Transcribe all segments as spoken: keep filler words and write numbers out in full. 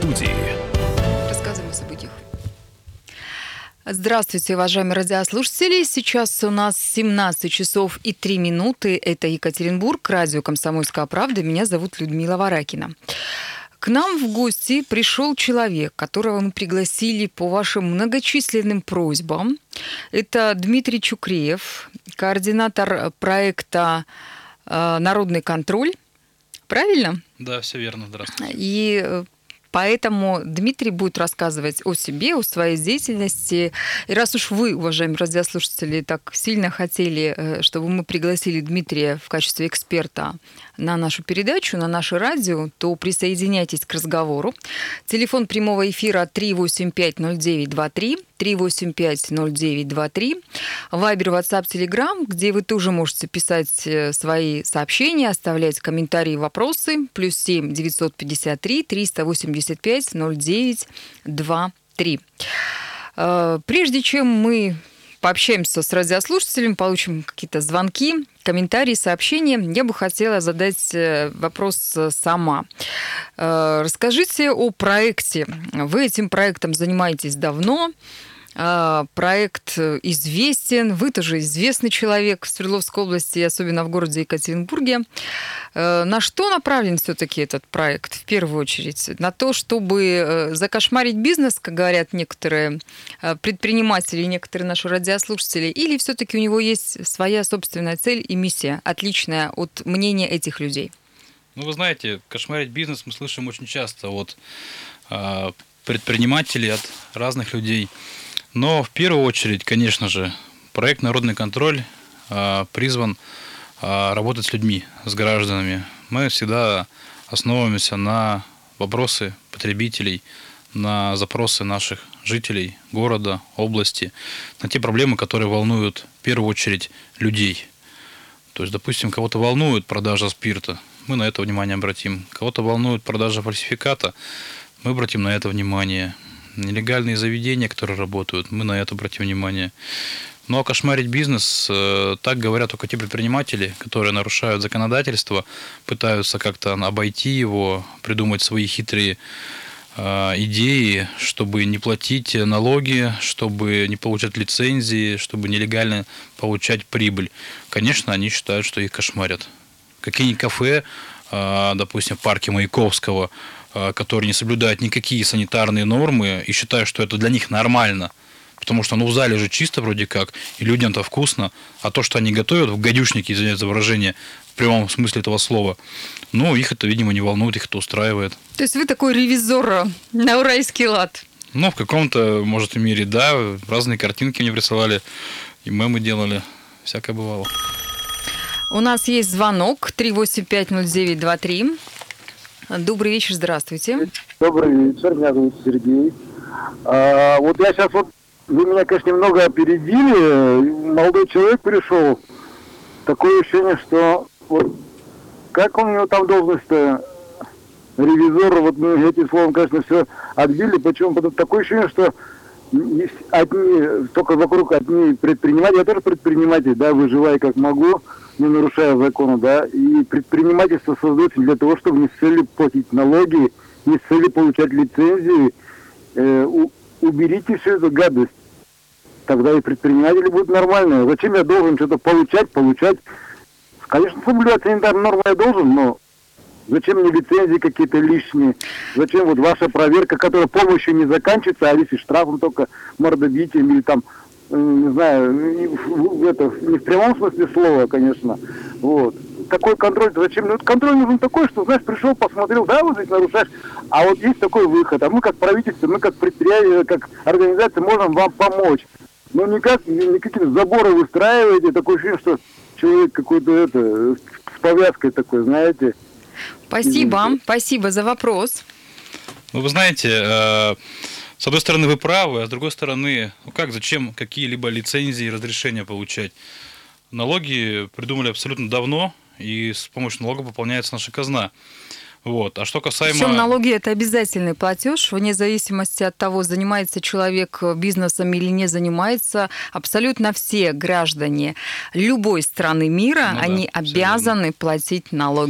студии. Рассказываем о событиях. Здравствуйте, уважаемые радиослушатели. Сейчас у нас семнадцать часов и три минуты. Это Екатеринбург, радио «Комсомольская правда». Меня зовут Людмила Варакина. К нам в гости пришел человек, которого мы пригласили по вашим многочисленным просьбам. Это Дмитрий Чукреев, координатор проекта «Народный контроль». Правильно? Да, все верно. Здравствуйте. И поэтому Дмитрий будет рассказывать о себе, о своей деятельности. И раз уж вы, уважаемые радиослушатели, так сильно хотели, чтобы мы пригласили Дмитрия в качестве эксперта на нашу передачу, на наше радио, то присоединяйтесь к разговору. Телефон прямого эфира три восемь пять ноль девять два три, три восемь пять ноль девять два три. Вайбер, Ватсап, Телеграм, где вы тоже можете писать свои сообщения, оставлять комментарии и вопросы. Плюс семь девятьсот пятьдесят три триста восемьдесят пять ноль девять два три. Прежде чем мы пообщаемся с радиослушателями, получим какие-то звонки, комментарии, сообщения, я бы хотела задать вопрос сама. Расскажите о проекте. Вы этим проектом занимаетесь давно. Проект известен, вы тоже известный человек в Свердловской области, особенно в городе Екатеринбурге. На что направлен все-таки этот проект в первую очередь? На то, чтобы закошмарить бизнес, как говорят некоторые предприниматели, некоторые наши радиослушатели, или все-таки у него есть своя собственная цель и миссия, отличная от мнения этих людей? Ну, вы знаете, кошмарить бизнес мы слышим очень часто от предпринимателей, от разных людей. Но в первую очередь, конечно же, проект «Народный контроль» призван работать с людьми, с гражданами. Мы всегда основываемся на вопросы потребителей, на запросы наших жителей города, области, на те проблемы, которые волнуют в первую очередь людей. То есть, допустим, кого-то волнует продажа спирта, мы на это внимание обратим. Кого-то волнует продажа фальсификата, мы обратим на это внимание. Нелегальные заведения, которые работают, мы на это обратим внимание. Ну а кошмарить бизнес, так говорят только те предприниматели, которые нарушают законодательство, пытаются как-то обойти его, придумать свои хитрые идеи, чтобы не платить налоги, чтобы не получать лицензии, чтобы нелегально получать прибыль. Конечно, они считают, что их кошмарят. Какие-нибудь кафе, допустим, в парке Маяковского, которые не соблюдают никакие санитарные нормы и считают, что это для них нормально. Потому что ну, в зале же чисто вроде как, и людям-то вкусно. А то, что они готовят в гадюшнике, извиняюсь за выражение, в прямом смысле этого слова, ну, их это, видимо, не волнует, их это устраивает. То есть вы такой ревизор на уральский лад? Ну, в каком-то, может, мире, да. Разные картинки мне присылали, и мемы делали. Всякое бывало. У нас есть звонок три восемь пять ноль девять два три. Добрый вечер, здравствуйте. Добрый вечер, меня зовут Сергей. А, вот я сейчас вот, вы меня, конечно, немного опередили. Молодой человек пришел. Такое ощущение, что вот как у него там должность-то ревизора, вот мы этим словом, конечно, все отбили. Почему? Потому такое ощущение, что одни, только вокруг одни предприниматели, я тоже предприниматель, да, выживаю как могу, не нарушая закона, да, и предпринимательство создается для того, чтобы не с целью платить налоги, не с целью получать лицензии. Э, у, уберите всю эту гадость, тогда и предприниматели будут нормальные. Зачем я должен что-то получать, получать? Конечно, соблюдать санитарные нормы я должен, но зачем мне лицензии какие-то лишние? Зачем вот ваша проверка, которая помощью не заканчивается, а если штрафом только мордобитием или там, не знаю, это не в прямом смысле слова, конечно. Вот. Такой контроль, зачем? Ну, контроль нужен такой, что, знаешь, пришел, посмотрел, да, вот здесь нарушаешь, а вот есть такой выход, а мы как правительство, мы как предприятие, как организация можем вам помочь. Ну, никак, никакие заборы выстраиваете, такое ощущение, что человек какой-то, это, с повязкой такой, знаете. Спасибо, Извините. Спасибо за вопрос. Ну, вы знаете, э, с одной стороны вы правы, а с другой стороны, ну как, зачем какие-либо лицензии и разрешения получать? Налоги придумали абсолютно давно, и с помощью налогов пополняется наша казна. Вот. А что касаемо... Причем налоги – это обязательный платеж, вне зависимости от того, занимается человек бизнесом или не занимается. Абсолютно все граждане любой страны мира, ну, они да, обязаны платить налоги.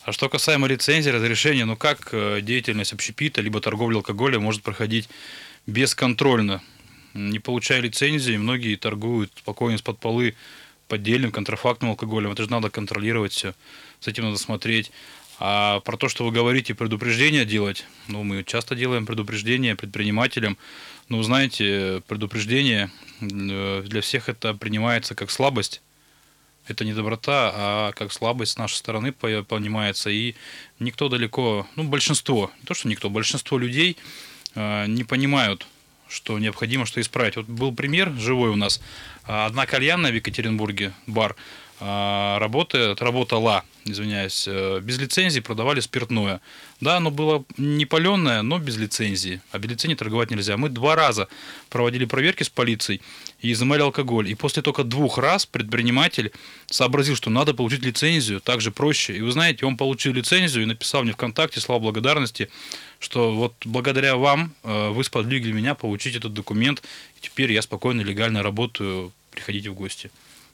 А что касаемо лицензии, разрешения, ну как деятельность общепита либо торговля алкоголем может проходить бесконтрольно? Не получая лицензии, многие торгуют спокойно из-под полы поддельным контрафактным алкоголем. Это же надо контролировать все, с этим надо смотреть. А про то, что вы говорите, предупреждения делать, ну, мы часто делаем предупреждения предпринимателям. Ну, знаете, предупреждение для всех это принимается как слабость. Это не доброта, а как слабость с нашей стороны понимается. И никто далеко, ну, большинство, не то, что никто, большинство людей не понимают, что необходимо что исправить. Вот был пример живой у нас. Одна кальянная в Екатеринбурге, бар, работает, работала, извиняюсь, без лицензии, продавали спиртное. Да, оно было не паленое, но без лицензии. А без лицензии торговать нельзя. Мы два раза проводили проверки с полицией и изымали алкоголь. И после только двух раз предприниматель сообразил, что надо получить лицензию, так же проще. И вы знаете, он получил лицензию и написал мне ВКонтакте слова благодарности, что вот благодаря вам вы сподвигли меня получить этот документ, и теперь я спокойно, легально работаю, приходите в гости.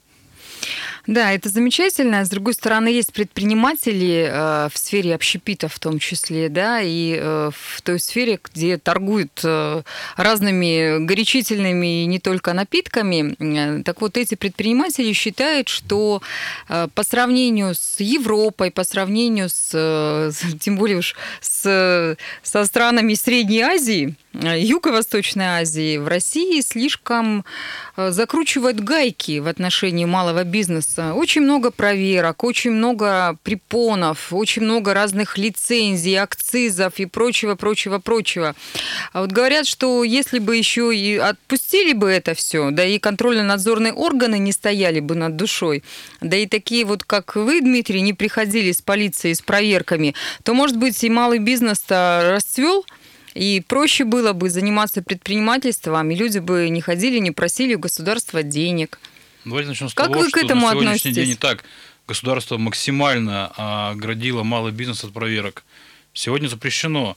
Да, это замечательно. С другой стороны, есть предприниматели э, в сфере общепита в том числе, да, и э, в той сфере, где торгуют э, разными горячительными и не только напитками. Э, так вот, эти предприниматели считают, что э, по сравнению с Европой, по сравнению с, э, тем более уж с, со странами Средней Азии, Юго-Восточной Азии, в России слишком закручивают гайки в отношении малого бизнеса. Очень много проверок, очень много препонов, очень много разных лицензий, акцизов и прочего, прочего, прочего. А вот говорят, что если бы еще и отпустили бы это все, да и контрольно-надзорные органы не стояли бы над душой, да и такие вот, как вы, Дмитрий, не приходили с полицией, с проверками, то, может быть, и малый бизнес-то расцвел, и проще было бы заниматься предпринимательством, и люди бы не ходили, не просили у государства денег. Давайте начнем с как того, вы к что этому на сегодняшний относитесь? день и так государство максимально оградило малый бизнес от проверок. Сегодня запрещено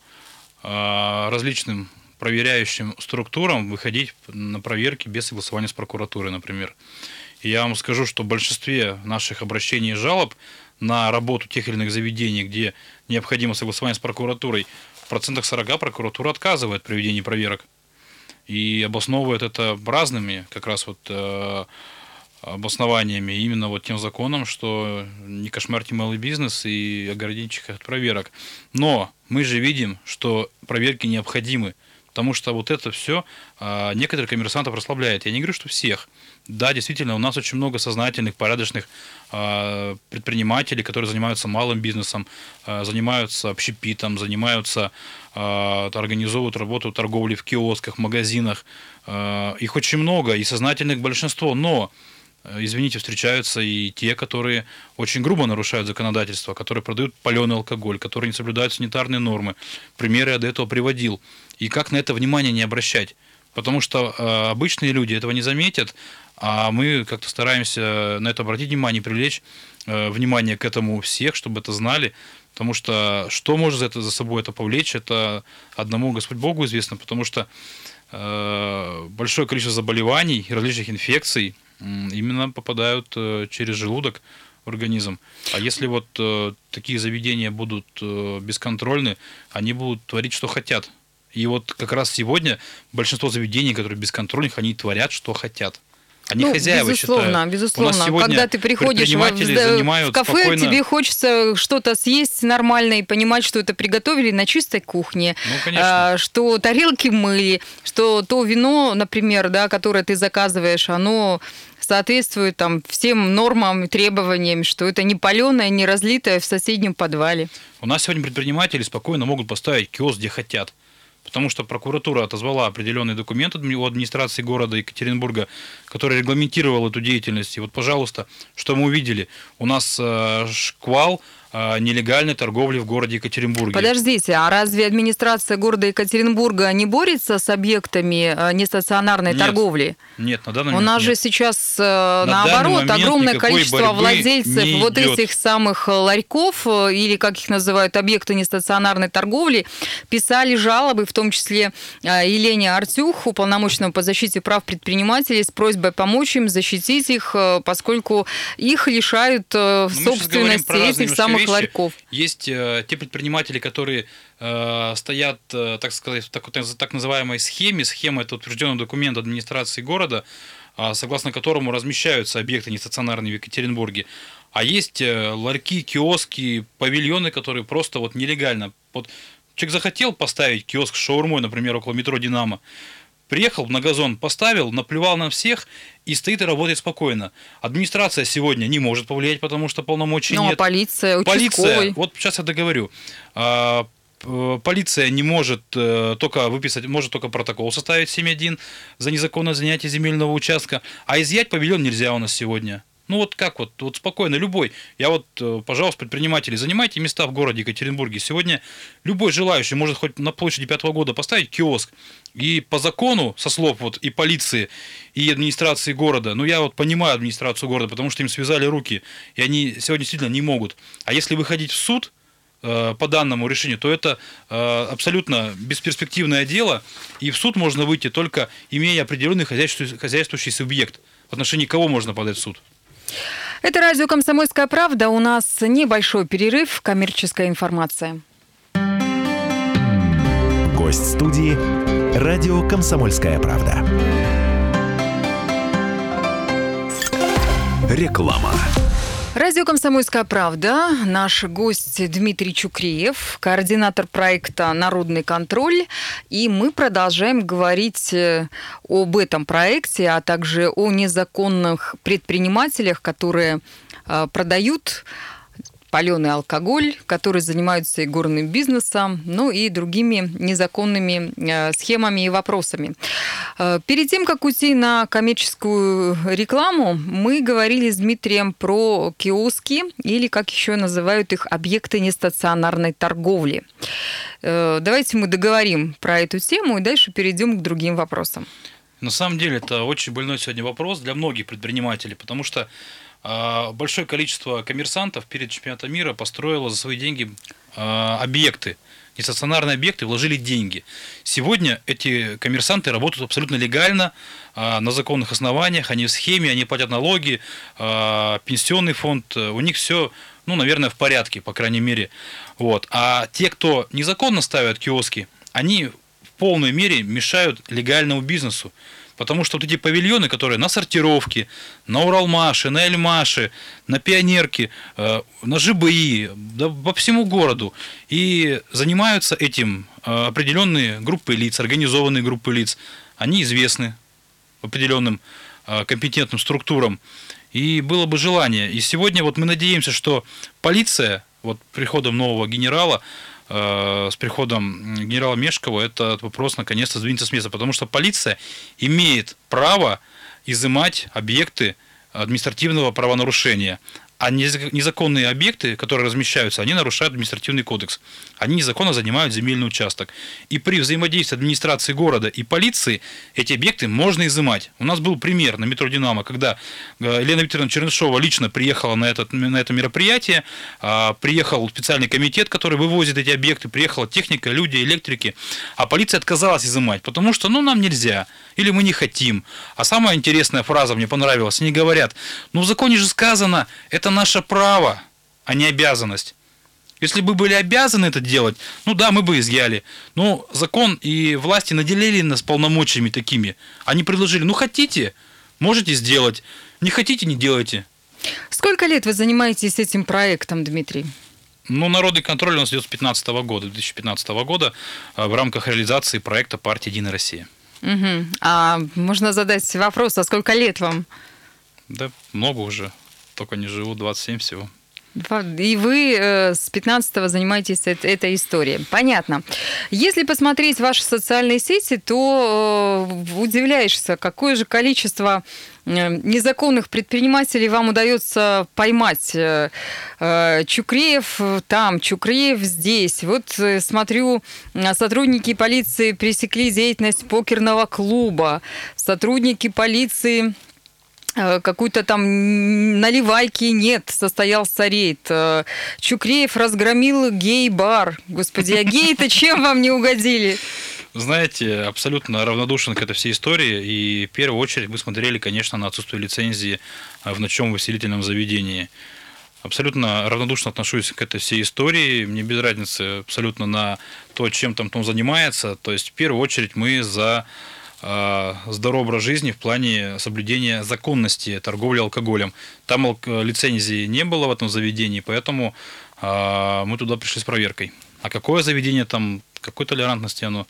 различным проверяющим структурам выходить на проверки без согласования с прокуратурой, например. И я вам скажу, что в большинстве наших обращений и жалоб на работу тех или иных заведений, где необходимо согласование с прокуратурой, в процентах сорока прокуратура отказывает в проведении проверок. И обосновывает это разными как раз вот э, обоснованиями, именно вот тем законом, что не кошмарьте малый бизнес и оградите их от проверок. Но мы же видим, что проверки необходимы, потому что вот это все э, некоторых коммерсантов расслабляет. Я не говорю, что всех. Да, действительно, у нас очень много сознательных, порядочных э, предпринимателей, которые занимаются малым бизнесом, э, занимаются общепитом, занимаются, э, организовывают работу торговли в киосках, магазинах. Э, их очень много, и сознательных большинство, но, э, извините, встречаются и те, которые очень грубо нарушают законодательство, которые продают паленый алкоголь, которые не соблюдают санитарные нормы. Примеры я до этого приводил. И как на это внимание не обращать? Потому что э, обычные люди этого не заметят, а мы как-то стараемся на это обратить внимание, привлечь э, внимание к этому всех, чтобы это знали. Потому что что может за, это, за собой это повлечь, это одному Господь Богу известно, потому что э, большое количество заболеваний и различных инфекций э, именно попадают э, через желудок в организм. А если вот э, такие заведения будут э, бесконтрольны, они будут творить, что хотят. И вот как раз сегодня большинство заведений, которые бесконтрольных, они творят, что хотят. Они ну, хозяева безусловно, считают. безусловно. Когда ты приходишь в, в кафе, спокойно... тебе хочется что-то съесть нормально и понимать, что это приготовили на чистой кухне, ну, а, что тарелки мыли, что то вино, например, да, которое ты заказываешь, оно соответствует там всем нормам и требованиям, что это не паленое, не разлитое в соседнем подвале. У нас сегодня предприниматели спокойно могут поставить киоск, где хотят. Потому что прокуратура отозвала определенный документ у администрации города Екатеринбурга, который регламентировал эту деятельность. И вот, пожалуйста, что мы увидели? У нас э, шквал э, нелегальной торговли в городе Екатеринбурге. Подождите, а разве администрация города Екатеринбурга не борется с объектами нестационарной нет, торговли? Нет, на данный момент У нас нет. же сейчас, э, на наоборот, огромное количество владельцев вот идет. Этих самых ларьков, или, как их называют, объекты нестационарной торговли, писали жалобы, в том числе Елене Артюх, уполномоченному по защите прав предпринимателей, с просьбой помочь им, защитить их, поскольку их лишают Но собственности этих самых вещи. ларьков. Есть э, те предприниматели, которые э, стоят, э, так сказать, в так, так называемой схеме. Схема – это утвержденный документ администрации города, э, согласно которому размещаются объекты нестационарные в Екатеринбурге. А есть э, ларьки, киоски, павильоны, которые просто вот нелегально. Вот человек захотел поставить киоск с шаурмой, например, около метро «Динамо», приехал на газон, поставил, наплевал на всех и стоит и работает спокойно. Администрация сегодня не может повлиять, потому что полномочий ну, нет. А полиция, участковый. Полиция, вот сейчас я договорю. Полиция не может только выписать, может только протокол составить семь один за незаконное занятие земельного участка, а изъять павильон нельзя у нас сегодня. Ну вот как вот, вот спокойно, любой. Я вот, пожалуйста, предприниматели, занимайте места в городе Екатеринбурге. Сегодня любой желающий может хоть на площади пятого года поставить киоск. И по закону, со слов вот и полиции, и администрации города, ну я вот понимаю администрацию города, потому что им связали руки, и они сегодня действительно не могут. А если выходить в суд э, по данному решению, то это э, абсолютно бесперспективное дело, и в суд можно выйти только имея определенный хозяйствующий, хозяйствующий субъект. В отношении кого можно подать в суд? Это радио «Комсомольская правда». У нас небольшой перерыв. Коммерческая информация. Гость студии «Радио Комсомольская правда». Реклама. Радио «Комсомольская правда». Наш гость Дмитрий Чукреев, координатор проекта «Народный контроль». И мы продолжаем говорить об этом проекте, а также о незаконных предпринимателях, которые продают паленый алкоголь, которые занимаются игорным бизнесом, ну и другими незаконными э, схемами и вопросами. Э, перед тем, как уйти на коммерческую рекламу, мы говорили с Дмитрием про киоски, или, как еще называют их, объекты нестационарной торговли. Э, давайте мы договорим про эту тему и дальше перейдем к другим вопросам. На самом деле это очень больной сегодня вопрос для многих предпринимателей, потому что большое количество коммерсантов перед чемпионатом мира построило за свои деньги объекты, нестационарные объекты, вложили деньги. Сегодня эти коммерсанты работают абсолютно легально, на законных основаниях, они в схеме, они платят налоги, пенсионный фонд, у них все, ну, наверное, в порядке, по крайней мере. Вот. А те, кто незаконно ставят киоски, они в полной мере мешают легальному бизнесу. Потому что вот эти павильоны, которые на Сортировке, на Уралмаше, на Эльмаше, на Пионерке, на ЖБИ, да, по всему городу, и занимаются этим определенные группы лиц, организованные группы лиц, они известны определенным компетентным структурам, и было бы желание. И сегодня вот мы надеемся, что полиция, вот приходом нового генерала, с приходом генерала Мешкова этот вопрос наконец-то сдвинется с места, потому что полиция имеет право изымать объекты административного правонарушения. А незаконные объекты, которые размещаются, они нарушают административный кодекс. Они незаконно занимают земельный участок. И при взаимодействии администрации города и полиции эти объекты можно изымать. У нас был пример на метро «Динамо», когда Елена Викторовна Чернышова лично приехала на, этот, на это мероприятие, приехал специальный комитет, который вывозит эти объекты, приехала техника, люди, электрики, а полиция отказалась изымать, потому что ну, нам нельзя, или мы не хотим. А самая интересная фраза мне понравилась, они говорят, ну в законе же сказано, это Это наше право, а не обязанность. Если бы были обязаны это делать, ну да, мы бы изъяли. Но закон и власти наделили нас полномочиями такими. Они предложили, ну хотите, можете сделать. Не хотите, не делайте. Сколько лет вы занимаетесь этим проектом, Дмитрий? Ну, народный контроль у нас идет с две тысячи пятнадцатого года, две тысячи пятнадцатого года в рамках реализации проекта партии «Единая Россия». Угу. А можно задать вопрос, а сколько лет вам? Да, много уже. Только не живу, двадцать семь всего. И вы с пятнадцатого занимаетесь этой историей. Понятно. Если посмотреть ваши социальные сети, то удивляешься, какое же количество незаконных предпринимателей вам удается поймать. Чукреев там, Чукреев здесь. Вот смотрю, сотрудники полиции пресекли деятельность покерного клуба. Сотрудники полиции... Какой-то там наливайки нет, состоялся рейд. Чукреев разгромил гей-бар. Господи, а геи-то чем вам не угодили? Знаете, абсолютно равнодушен к этой всей истории. И в первую очередь мы смотрели, конечно, на отсутствие лицензии в ночном увеселительном заведении. абсолютно равнодушно отношусь к этой всей истории. Мне без разницы абсолютно на то, чем там он занимается. То есть, в первую очередь, мы за э, здоровый образ жизни в плане соблюдения законности торговли алкоголем. Там алк- лицензии не было в этом заведении, поэтому э, мы туда пришли с проверкой. А какое заведение там, какой толерантности оно,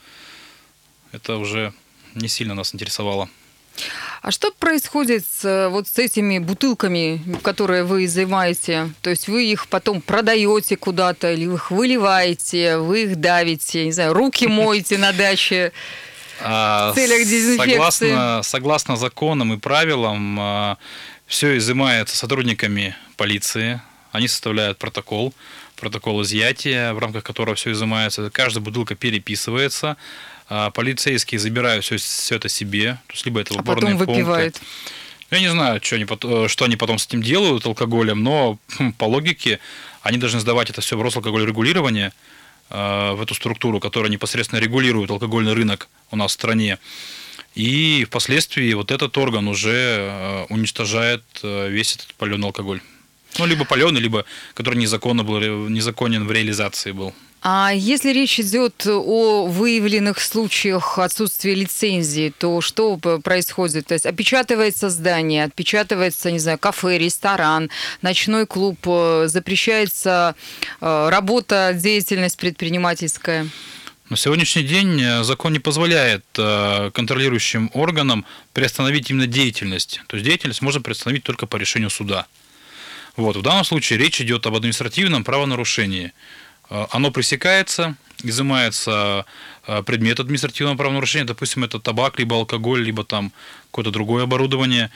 это уже не сильно нас интересовало. А что происходит с, вот с этими бутылками, которые вы изымаете? То есть вы их потом продаете куда-то, или вы их выливаете, вы их давите, не знаю, руки моете на даче в целях дезинфекции? Согласно, согласно законам и правилам, все изымается сотрудниками полиции. Они составляют протокол, протокол изъятия, в рамках которого все изымается. Каждая бутылка переписывается. Полицейские забирают все, все это себе, то есть либо это в уборные а потом выпивают. пункты. Я не знаю, что они, что они потом с этим делают, алкоголем, но по логике они должны сдавать это все в Росалкогольрегулирование, в эту структуру, которая непосредственно регулирует алкогольный рынок у нас в стране. И впоследствии вот этот орган уже уничтожает весь этот паленый алкоголь. Ну, либо паленый, либо который незаконно был, незаконен в реализации был. А если речь идет о выявленных случаях отсутствия лицензии, то что происходит? То есть опечатывается здание, отпечатывается, не знаю, кафе, ресторан, ночной клуб, запрещается работа, деятельность предпринимательская? На сегодняшний день закон не позволяет контролирующим органам приостановить именно деятельность. То есть деятельность можно приостановить только по решению суда. Вот. В данном случае речь идет об административном правонарушении. Оно пресекается, изымается предмет административного правонарушения, допустим, это табак, либо алкоголь, либо там какое-то другое оборудование,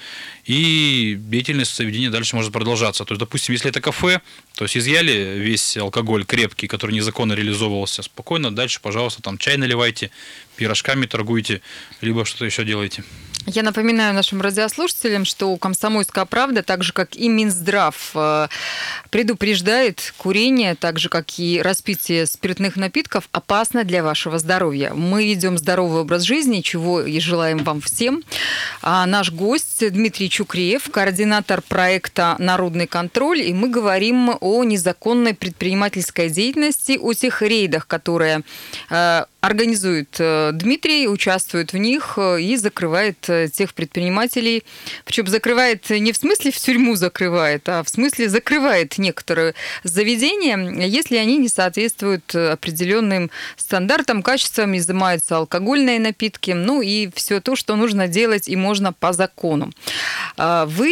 и деятельность заведения дальше может продолжаться. То есть, допустим, если это кафе, то есть изъяли весь алкоголь крепкий, который незаконно реализовывался, спокойно дальше, пожалуйста, там чай наливайте, пирожками торгуйте, либо что-то еще делайте. Я напоминаю нашим радиослушателям, что «Комсомольская правда», так же, как и Минздрав, предупреждает, курение, так же, как и распитие спиртных напитков, опасно для вашего здоровья. Мы ведем здоровый образ жизни, чего и желаем вам всем. А наш гость Дмитрий Чукреев, координатор проекта «Народный контроль», и мы говорим о незаконной предпринимательской деятельности, о тех рейдах, которые организует Дмитрий, участвует в них и закрывает тех предпринимателей. Причем закрывает не в смысле в тюрьму закрывает, а в смысле закрывает некоторые заведения, если они не соответствуют определенным стандартам, качествам, изымаются алкогольные напитки, ну и все то, что нужно делать и можно по закону. Вы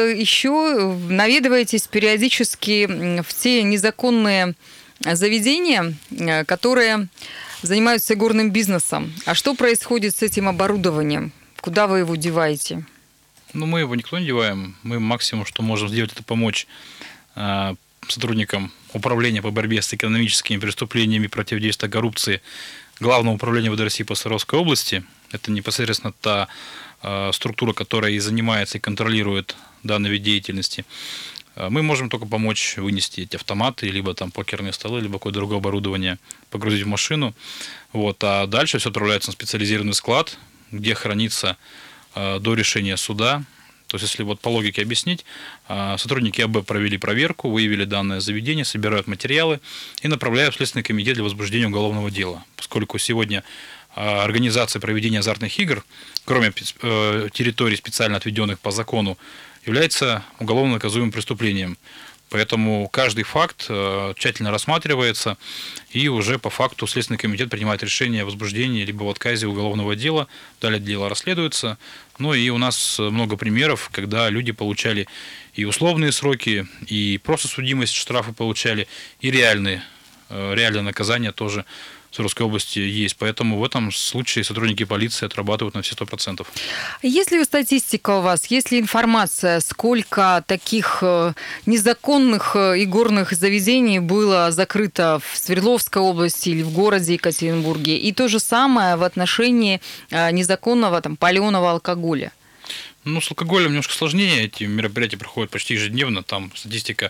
еще наведываетесь периодически в те незаконные заведения, которые занимаются игорным бизнесом. А что происходит с этим оборудованием? Куда вы его деваете? Ну, мы его никто не деваем. Мы максимум, что можем сделать, это помочь э, сотрудникам управления по борьбе с экономическими преступлениями и противодействия коррупции Главного управления ВД России по Саровской области. Это непосредственно та э, структура, которая и занимается и контролирует данный вид деятельности. Мы можем только помочь вынести эти автоматы, либо там покерные столы, либо какое-то другое оборудование, погрузить в машину. Вот. А дальше все отправляется на специализированный склад, где хранится э, до решения суда. То есть, если вот по логике объяснить, э, сотрудники АБ провели проверку, выявили данное заведение, собирают материалы и направляют в Следственный комитет для возбуждения уголовного дела. Поскольку сегодня э, организация проведения азартных игр, кроме э, территорий, специально отведенных по закону, является уголовно наказуемым преступлением. Поэтому каждый факт тщательно рассматривается, и уже по факту Следственный комитет принимает решение о возбуждении либо в отказе уголовного дела. Далее дело расследуется. Ну и у нас много примеров, когда люди получали и условные сроки, и просто судимость, штрафы получали, и реальные, реальное наказание тоже в Свердловской области есть. Поэтому в этом случае сотрудники полиции отрабатывают на все сто процентов. Есть ли статистика у вас, есть ли информация, сколько таких незаконных игорных заведений было закрыто в Свердловской области или в городе Екатеринбурге? И то же самое в отношении незаконного там, паленого алкоголя? Ну, с алкоголем немножко сложнее. Эти мероприятия проходят почти ежедневно. Там статистика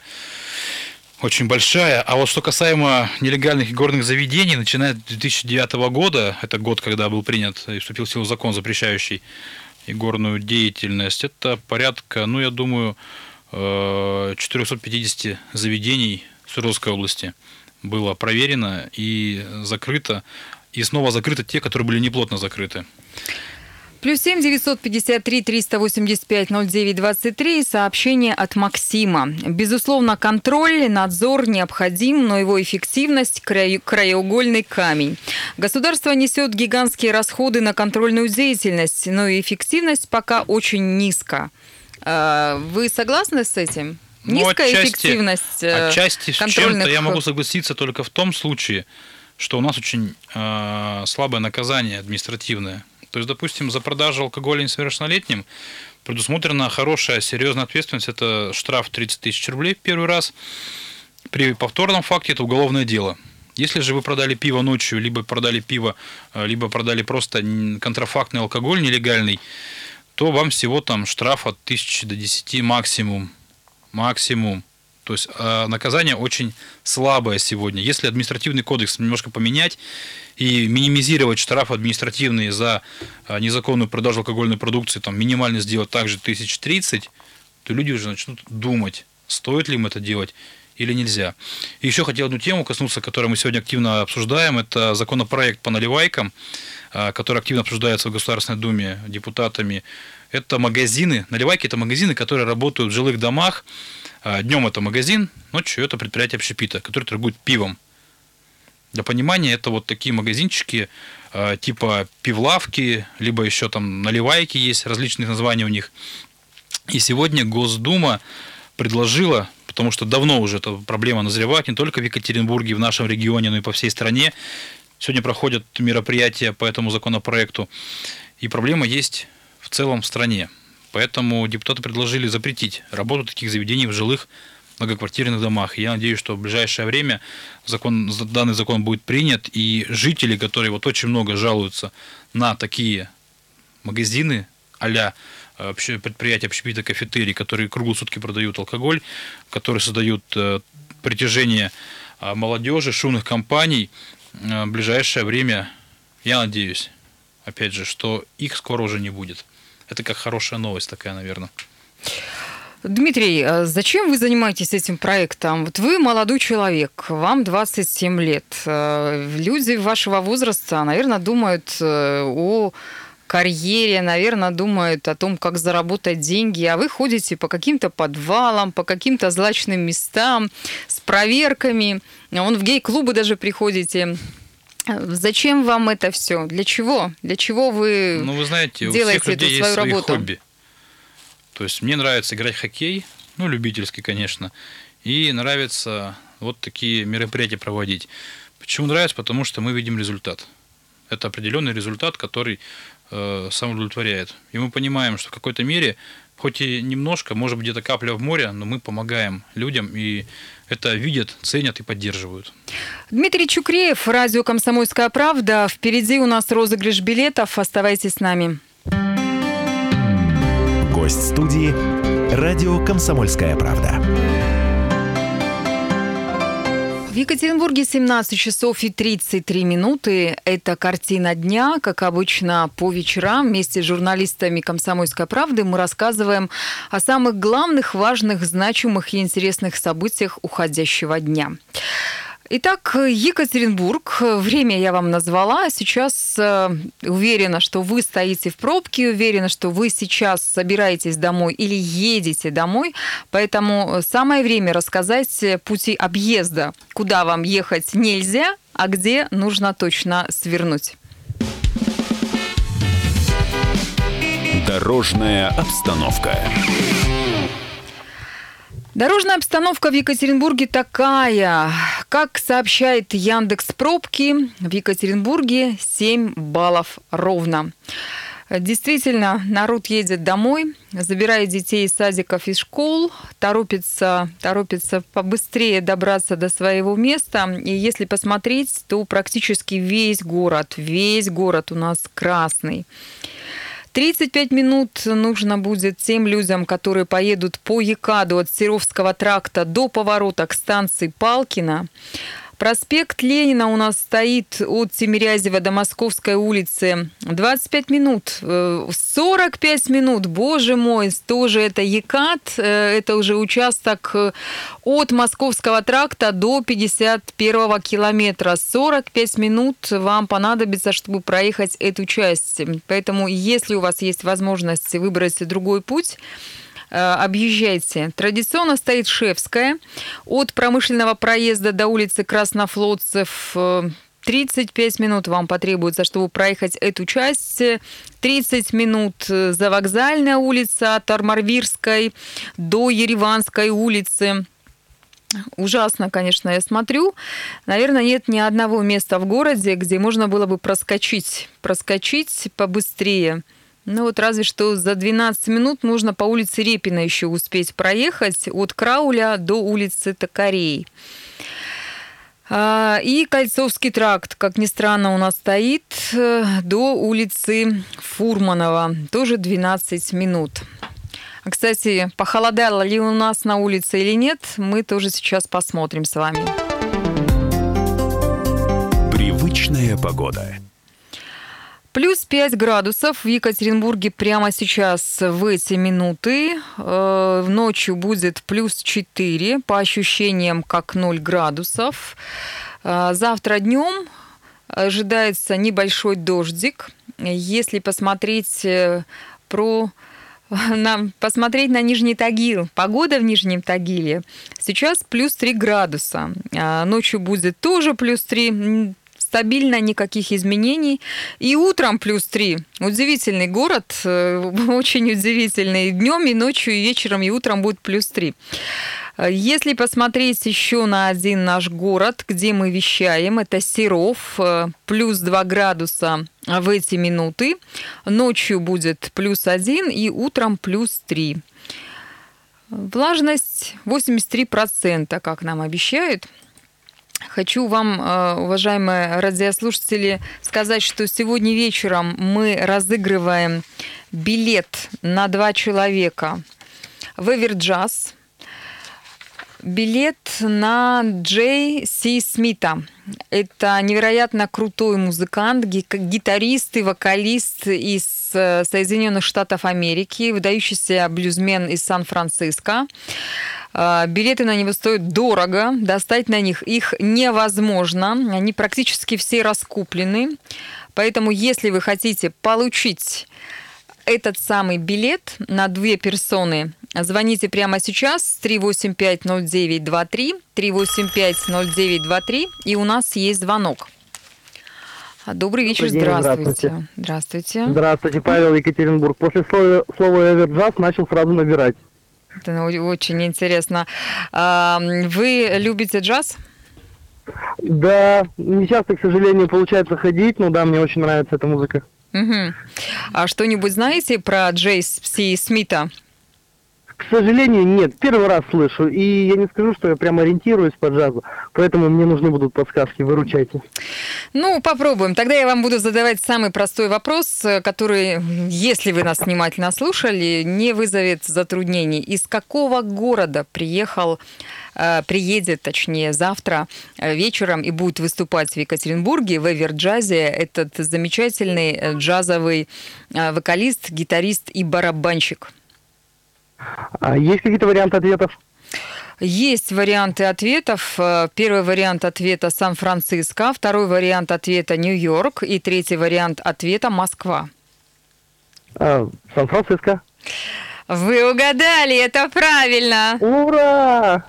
очень большая. А вот что касаемо нелегальных игорных заведений, начиная с две тысячи девятого года, это год, когда был принят и вступил в силу закон, запрещающий игорную деятельность, это порядка, ну, я думаю, четыреста пятьдесят заведений Свердловской области было проверено и закрыто, и снова закрыты те, которые были неплотно закрыты. Плюс семь девятьсот пятьдесят три триста восемьдесят пять ноль девять двадцать три. Сообщение от Максима. Безусловно, контроль, надзор необходим, но его эффективность – краеугольный камень. Государство несет гигантские расходы на контрольную деятельность, но и эффективность пока очень низка. Вы согласны с этим? Низкая ну, отчасти, эффективность отчасти контрольных... с чем-то я могу согласиться только в том случае, что у нас очень э, слабое наказание административное. То есть, допустим, за продажу алкоголя несовершеннолетним предусмотрена хорошая, серьезная ответственность. Это штраф тридцать тысяч рублей в первый раз. При повторном факте это уголовное дело. Если же вы продали пиво ночью, либо продали пиво, либо продали просто контрафактный алкоголь нелегальный, то вам всего там штраф от тысячи до десяти максимум. Максимум. То есть наказание очень слабое сегодня. Если административный кодекс немножко поменять и минимизировать штрафы административные за незаконную продажу алкогольной продукции, там минимально сделать также тысяч тридцать, то люди уже начнут думать, стоит ли им это делать или нельзя. И еще хотел одну тему коснуться, которую мы сегодня активно обсуждаем. Это законопроект по наливайкам, который активно обсуждается в Государственной Думе депутатами. Это магазины. Наливайки – это магазины, которые работают в жилых домах. Днем это магазин, ночью это предприятие общепита, которое торгует пивом. Для понимания, это вот такие магазинчики типа пивлавки, либо еще там наливайки есть, различные названия у них. И сегодня Госдума предложила, потому что давно уже эта проблема назревает, не только в Екатеринбурге, в нашем регионе, но и по всей стране. Сегодня проходят мероприятия по этому законопроекту, и проблема есть в целом в стране. Поэтому депутаты предложили запретить работу таких заведений в жилых многоквартирных домах. И я надеюсь, что в ближайшее время закон, данный закон будет принят, и жители, которые вот очень много жалуются на такие магазины а-ля предприятия общепита, кафетерий, которые круглые сутки продают алкоголь, которые создают притяжение молодежи, шумных компаний, в ближайшее время, я надеюсь, опять же, что их скоро уже не будет. Это как хорошая новость такая, наверное. Дмитрий, зачем вы занимаетесь этим проектом? Вот вы молодой человек, вам двадцать семь лет. Люди вашего возраста, наверное, думают о карьере, наверное, думают о том, как заработать деньги, а вы ходите по каким-то подвалам, по каким-то злачным местам с проверками. Вон в гей-клубы даже приходите. Зачем вам это все? Для чего? Для чего вы, ну, вы знаете, делаете у всех людей эту свою есть свои работу? Хобби. То есть мне нравится играть в хоккей, ну, любительский, конечно, и нравится вот такие мероприятия проводить. Почему нравится? Потому что мы видим результат. Это определенный результат, который э, самоудовлетворяет. И мы понимаем, что в какой-то мере, хоть и немножко, может быть, где-то капля в море, но мы помогаем людям, и это видят, ценят и поддерживают. Дмитрий Чукреев, радио «Комсомольская правда». Впереди у нас розыгрыш билетов. Оставайтесь с нами. Гость студии радио «Комсомольская правда». В Екатеринбурге семнадцать часов и тридцать три минуты. Это «Картина дня». Как обычно, по вечерам вместе с журналистами «Комсомольской правды» мы рассказываем о самых главных, важных, значимых и интересных событиях уходящего дня. Итак, Екатеринбург. Время я вам назвала. Сейчас уверена, что вы стоите в пробке, уверена, что вы сейчас собираетесь домой или едете домой. Поэтому самое время рассказать пути объезда, куда вам ехать нельзя, а где нужно точно свернуть. Дорожная обстановка. Дорожная обстановка в Екатеринбурге такая. Как сообщает Яндекс.Пробки, в Екатеринбурге семь баллов ровно. Действительно, народ едет домой, забирает детей из садиков, из школ, торопится, торопится побыстрее добраться до своего места. И если посмотреть, то практически весь город, весь город у нас красный. тридцать пять минут нужно будет тем людям, которые поедут по ЕКАДу от Серовского тракта до поворота к станции Палкино. Проспект Ленина у нас стоит от Тимирязева до Московской улицы двадцать пять минут. сорок пять минут, боже мой, тоже это Екат, это уже участок от Московского тракта до пятьдесят первого километра. сорок пять минут вам понадобится, чтобы проехать эту часть. Поэтому, если у вас есть возможность выбрать другой путь, объезжайте. Традиционно стоит Шефская. От промышленного проезда до улицы Краснофлотцев тридцать пять минут вам потребуется, чтобы проехать эту часть. тридцать минут Завокзальная улица от Армавирской до Ереванской улицы. Ужасно, конечно, я смотрю. Наверное, нет ни одного места в городе, где можно было бы проскочить, проскочить побыстрее. Ну вот разве что за двенадцать минут можно по улице Репина еще успеть проехать от Крауля до улицы Токарей. И Кольцовский тракт, как ни странно, у нас стоит до улицы Фурманова. Тоже двенадцать минут. Кстати, похолодало ли у нас на улице или нет, мы тоже сейчас посмотрим с вами. Привычная погода. Плюс пять градусов в Екатеринбурге прямо сейчас в эти минуты. Ночью будет плюс четыре, по ощущениям как ноль градусов. Завтра днем ожидается небольшой дождик. Если посмотреть про... Нам посмотреть на Нижний Тагил. Погода в Нижнем Тагиле сейчас плюс три градуса. Ночью будет тоже плюс три. Стабильно, никаких изменений. И утром плюс три. Удивительный город, очень удивительный. Днем, и ночью, и вечером, и утром будет плюс три. Если посмотреть еще на один наш город, где мы вещаем, это Серов, плюс два градуса в эти минуты. Ночью будет плюс один, и утром плюс три. Влажность восемьдесят три процента, как нам обещают. Хочу вам, уважаемые радиослушатели, сказать, что сегодня вечером мы разыгрываем билет на два человека в Эверджаз. Билет на Джей Си Смита. Это невероятно крутой музыкант, гитарист и вокалист из Соединенных Штатов Америки, выдающийся блюзмен из Сан-Франциско. Билеты на него стоят дорого, достать на них их невозможно, они практически все раскуплены. Поэтому, если вы хотите получить этот самый билет на две персоны, звоните прямо сейчас три восемь пять ноль девять два три, три восемь пять ноль девять два три, и у нас есть звонок. Добрый вечер, Добрый день, здравствуйте. здравствуйте. Здравствуйте. Здравствуйте, Павел, Екатеринбург. После слова, слова «Эверджаз» начал сразу набирать. Это очень интересно. Вы любите джаз? Да, не часто, к сожалению, получается ходить, но да, мне очень нравится эта музыка. Угу. А что-нибудь знаете про Джей Си Смита? К сожалению, нет. Первый раз слышу, и я не скажу, что я прям ориентируюсь по джазу, поэтому мне нужны будут подсказки, выручайте. Ну, попробуем. Тогда я вам буду задавать самый простой вопрос, который, если вы нас внимательно слушали, не вызовет затруднений. Из какого города приехал, приедет, точнее, завтра вечером и будет выступать в Екатеринбурге в Эверджазе этот замечательный джазовый вокалист, гитарист и барабанщик? А есть какие-то варианты ответов? Есть варианты ответов. Первый вариант ответа Сан-Франциско, второй вариант ответа Нью-Йорк и третий вариант ответа Москва. А, Сан-Франциско. Вы угадали, это правильно. Ура!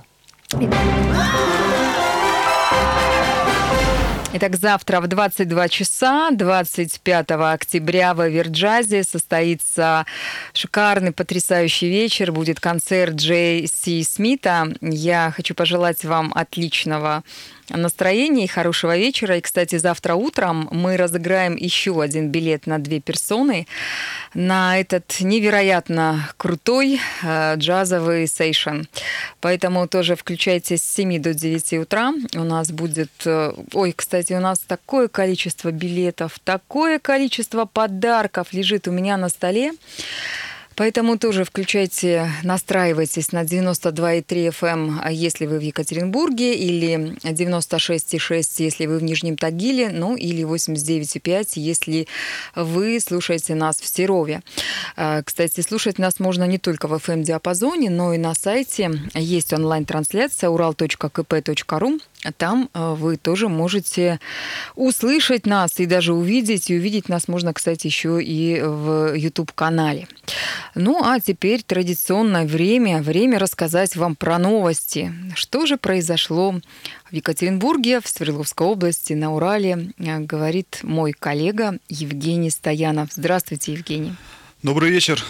Итак, завтра в двадцать два часа, двадцать пятого октября в Эверджазе состоится шикарный, потрясающий вечер. Будет концерт Джей Си Смита. Я хочу пожелать вам отличного настроения и хорошего вечера. И, кстати, завтра утром мы разыграем еще один билет на две персоны на этот невероятно крутой э, джазовый сейшн. Поэтому тоже включайтесь с семи до девяти утра. У нас будет... Э, ой, кстати, у нас такое количество билетов, такое количество подарков лежит у меня на столе. Поэтому тоже включайте, настраивайтесь на девяносто два и три эф эм, если вы в Екатеринбурге, или девяносто шесть и шесть, если вы в Нижнем Тагиле, ну или восемьдесят девять и пять, если вы слушаете нас в Серове. Кстати, слушать нас можно не только в эф эм-диапазоне, но и на сайте. Есть онлайн-трансляция урал точка ка пэ точка ру. Там вы тоже можете услышать нас и даже увидеть. И увидеть нас можно, кстати, еще и в YouTube-канале. Ну, а теперь традиционное время. Время рассказать вам про новости. Что же произошло в Екатеринбурге, в Свердловской области, на Урале, говорит мой коллега Евгений Стоянов. Здравствуйте, Евгений. Добрый вечер.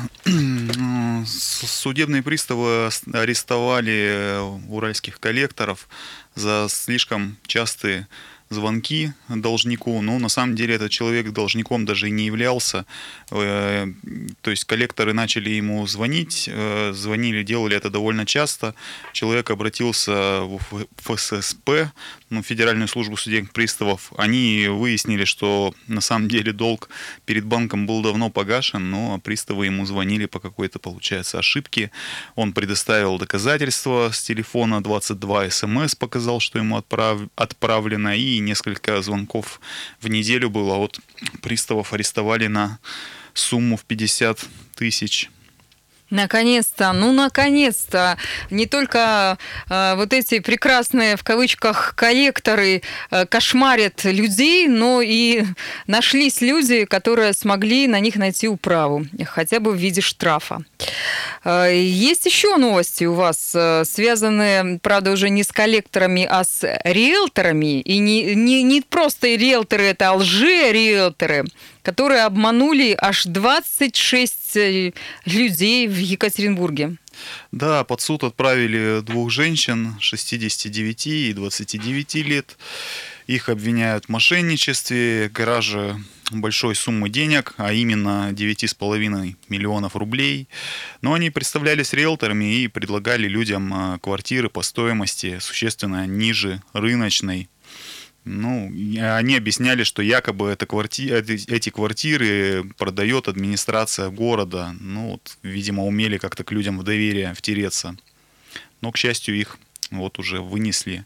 Судебные приставы арестовали уральских коллекторов за слишком частые звонки должнику. Но на самом деле этот человек должником даже и не являлся. То есть коллекторы начали ему звонить, звонили, делали это довольно часто. Человек обратился в эф эс эс пэ, ну, Федеральную службу судебных приставов. Они выяснили, что на самом деле долг перед банком был давно погашен, но приставы ему звонили по какой-то, получается, ошибке. Он предоставил доказательства с телефона, двадцать два эс эм эс показал, что ему отправ... отправлено, и несколько звонков в неделю было. Вот приставов арестовали на сумму в пятьдесят тысяч. Наконец-то, ну наконец-то, не только э, вот эти прекрасные, в кавычках, коллекторы э, кошмарят людей, но и нашлись люди, которые смогли на них найти управу, хотя бы в виде штрафа. Э, есть еще новости у вас, э, связанные, правда, уже не с коллекторами, а с риэлторами, и не, не, не просто риэлторы, это а лже-риэлторы, которые обманули аж двадцать шесть людей в Екатеринбурге. Да, под суд отправили двух женщин шестидесяти девяти и двадцати девяти лет. Их обвиняют в мошенничестве, краже большой суммы денег, а именно девять с половиной миллионов рублей. Но они представлялись риэлторами и предлагали людям квартиры по стоимости существенно ниже рыночной. Ну, они объясняли, что якобы это кварти... эти квартиры продает администрация города. Ну, вот, видимо, умели как-то к людям в доверие втереться. Но, к счастью, их вот уже вынесли.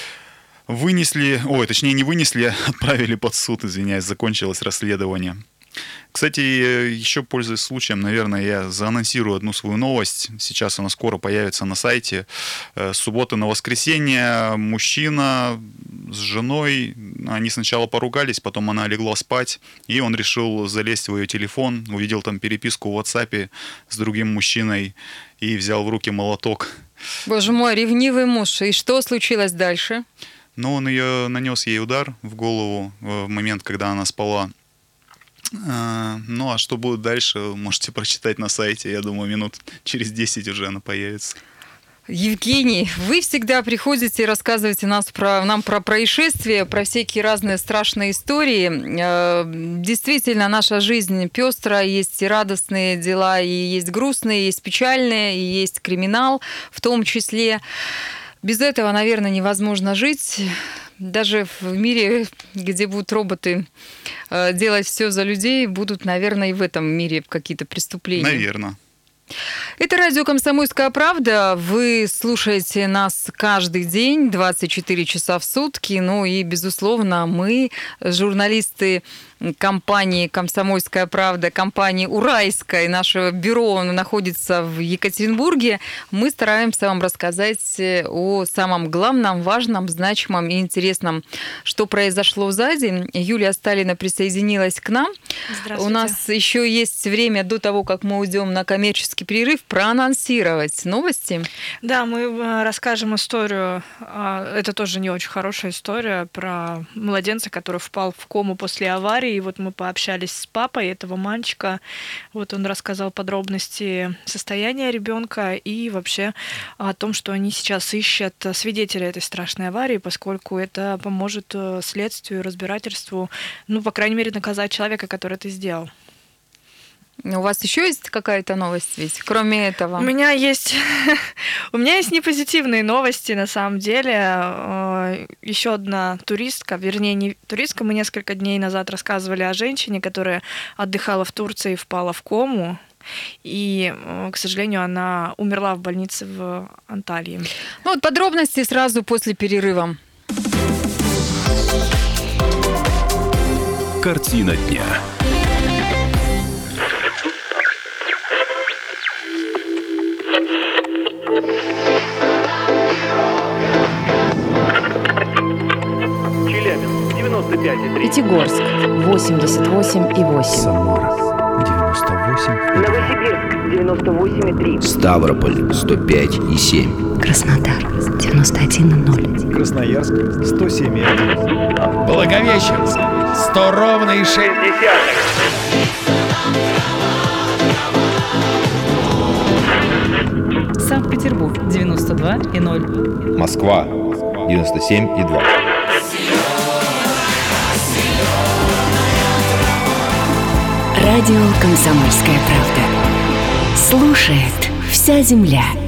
Вынесли, ой, точнее не вынесли, отправили под суд, извиняюсь, закончилось расследование. Кстати, еще пользуясь случаем, наверное, я заанонсирую одну свою новость. Сейчас она скоро появится на сайте. С субботы на воскресенье мужчина с женой, они сначала поругались, потом она легла спать, и он решил залезть в ее телефон, увидел там переписку в WhatsApp с другим мужчиной и взял в руки молоток. Боже мой, ревнивый муж. И что случилось дальше? Ну, он ее нанес ей удар в голову в момент, когда она спала. Ну, а что будет дальше, можете прочитать на сайте. Я думаю, минут через десять уже она появится. Евгений, вы всегда приходите и рассказываете нас про, нам про происшествия, про всякие разные страшные истории. Действительно, наша жизнь пестрая, есть и радостные дела, и есть грустные, есть печальные, и есть криминал в том числе. Без этого, наверное, невозможно жить. Даже в мире, где будут роботы делать все за людей, будут, наверное, и в этом мире какие-то преступления. Наверное. Это радио «Комсомольская правда». Вы слушаете нас каждый день, двадцать четыре часа в сутки. Ну и, безусловно, мы, журналисты компании «Комсомольская правда», компании «Уральская», наше бюро находится в Екатеринбурге. Мы стараемся вам рассказать о самом главном, важном, значимом и интересном, что произошло за день. Юлия Сталина присоединилась к нам. Здравствуйте. У нас еще есть время до того, как мы уйдем на коммерческий перерыв, проанонсировать новости. Да, мы расскажем историю, это тоже не очень хорошая история, про младенца, который впал в кому после аварии. И вот мы пообщались с папой этого мальчика. Вот он рассказал подробности состояния ребенка и вообще о том, что они сейчас ищут свидетеля этой страшной аварии, поскольку это поможет следствию, разбирательству, ну, по крайней мере, наказать человека, который это сделал. У вас еще есть какая-то новость ведь, кроме этого? У меня есть, у меня есть непозитивные новости, на самом деле. Еще одна туристка, вернее, не туристка, мы несколько дней назад рассказывали о женщине, которая отдыхала в Турции и впала в кому. и, к сожалению, она умерла в больнице в Анталии. Ну вот подробности сразу после перерыва. Картина дня. Челябинск девяносто пять и три. Пятигорск восемьдесят восемь и восемь. Самара девяносто восемь. Новосибирск девяносто восемь и три. Ставрополь сто пять и семь. Краснодар девяносто один и ноль. Красноярск сто семь и один. Благовещенск сто ровно и шесть десятых. Санкт-Петербург девяносто два и ноль. Москва девяносто семь и два. Радио «Комсомольская правда». Слушает вся земля.